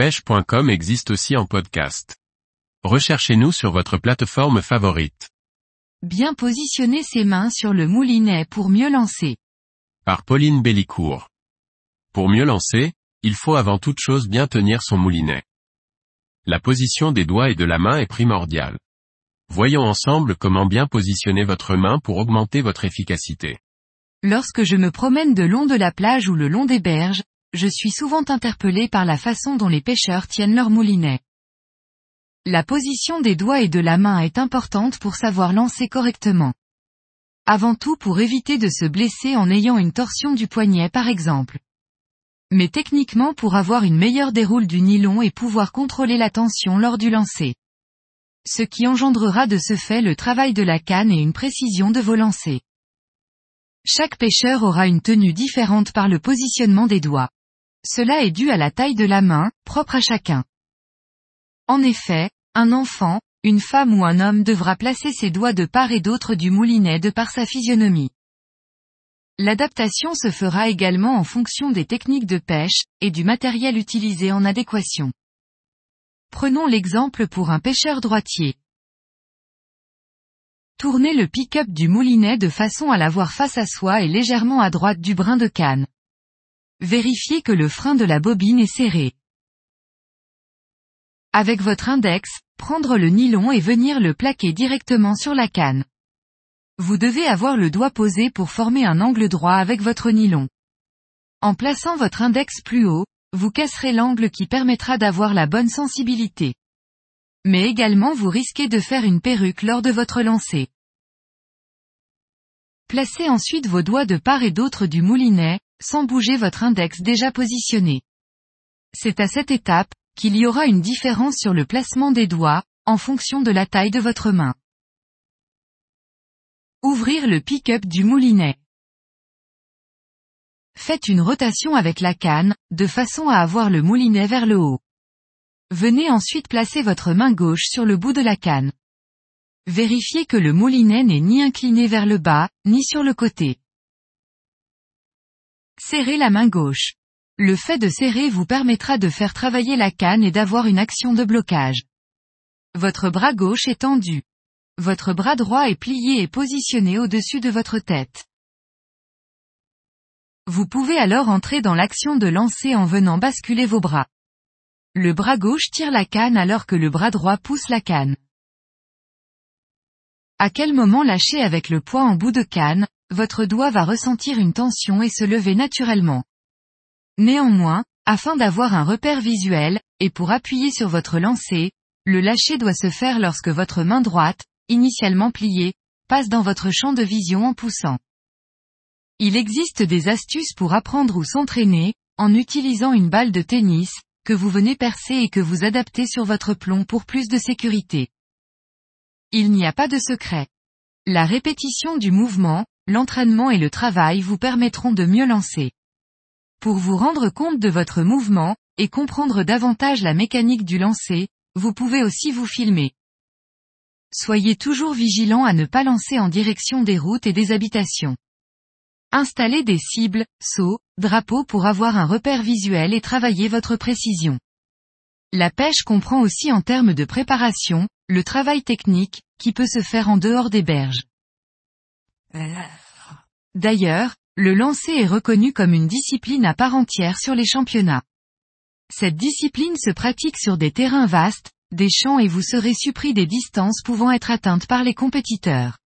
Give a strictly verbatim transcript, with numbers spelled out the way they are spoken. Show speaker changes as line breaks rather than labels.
pêche point com existe aussi en podcast. Recherchez-nous sur votre plateforme favorite.
Bien positionner ses mains sur le moulinet pour mieux lancer.
Par Pauline Bellicourt. Pour mieux lancer, il faut avant toute chose bien tenir son moulinet. La position des doigts et de la main est primordiale. Voyons ensemble comment bien positionner votre main pour augmenter votre efficacité.
Lorsque je me promène de long de la plage ou le long des berges, je suis souvent interpellé par la façon dont les pêcheurs tiennent leur moulinet. La position des doigts et de la main est importante pour savoir lancer correctement. Avant tout pour éviter de se blesser en ayant une torsion du poignet par exemple. Mais techniquement pour avoir une meilleure déroule du nylon et pouvoir contrôler la tension lors du lancer. Ce qui engendrera de ce fait le travail de la canne et une précision de vos lancers. Chaque pêcheur aura une tenue différente par le positionnement des doigts. Cela est dû à la taille de la main, propre à chacun. En effet, un enfant, une femme ou un homme devra placer ses doigts de part et d'autre du moulinet de par sa physionomie. L'adaptation se fera également en fonction des techniques de pêche, et du matériel utilisé en adéquation. Prenons l'exemple pour un pêcheur droitier. Tournez le pick-up du moulinet de façon à l'avoir face à soi et légèrement à droite du brin de canne. Vérifiez que le frein de la bobine est serré. Avec votre index, prendre le nylon et venir le plaquer directement sur la canne. Vous devez avoir le doigt posé pour former un angle droit avec votre nylon. En plaçant votre index plus haut, vous casserez l'angle qui permettra d'avoir la bonne sensibilité. Mais également vous risquez de faire une perruque lors de votre lancer. Placez ensuite vos doigts de part et d'autre du moulinet, sans bouger votre index déjà positionné. C'est à cette étape, qu'il y aura une différence sur le placement des doigts, en fonction de la taille de votre main. Ouvrir le pick-up du moulinet. Faites une rotation avec la canne, de façon à avoir le moulinet vers le haut. Venez ensuite placer votre main gauche sur le bout de la canne. Vérifiez que le moulinet n'est ni incliné vers le bas, ni sur le côté. Serrez la main gauche. Le fait de serrer vous permettra de faire travailler la canne et d'avoir une action de blocage. Votre bras gauche est tendu. Votre bras droit est plié et positionné au-dessus de votre tête. Vous pouvez alors entrer dans l'action de lancer en venant basculer vos bras. Le bras gauche tire la canne alors que le bras droit pousse la canne. À quel moment lâcher avec le poids en bout de canne, votre doigt va ressentir une tension et se lever naturellement. Néanmoins, afin d'avoir un repère visuel, et pour appuyer sur votre lancer, le lâcher doit se faire lorsque votre main droite, initialement pliée, passe dans votre champ de vision en poussant. Il existe des astuces pour apprendre ou s'entraîner, en utilisant une balle de tennis, que vous venez percer et que vous adaptez sur votre plomb pour plus de sécurité. Il n'y a pas de secret. La répétition du mouvement, l'entraînement et le travail vous permettront de mieux lancer. Pour vous rendre compte de votre mouvement, et comprendre davantage la mécanique du lancer, vous pouvez aussi vous filmer. Soyez toujours vigilant à ne pas lancer en direction des routes et des habitations. Installez des cibles, seaux, drapeaux pour avoir un repère visuel et travailler votre précision. La pêche comprend aussi en termes de préparation, le travail technique, qui peut se faire en dehors des berges. D'ailleurs, le lancer est reconnu comme une discipline à part entière sur les championnats. Cette discipline se pratique sur des terrains vastes, des champs et vous serez surpris des distances pouvant être atteintes par les compétiteurs.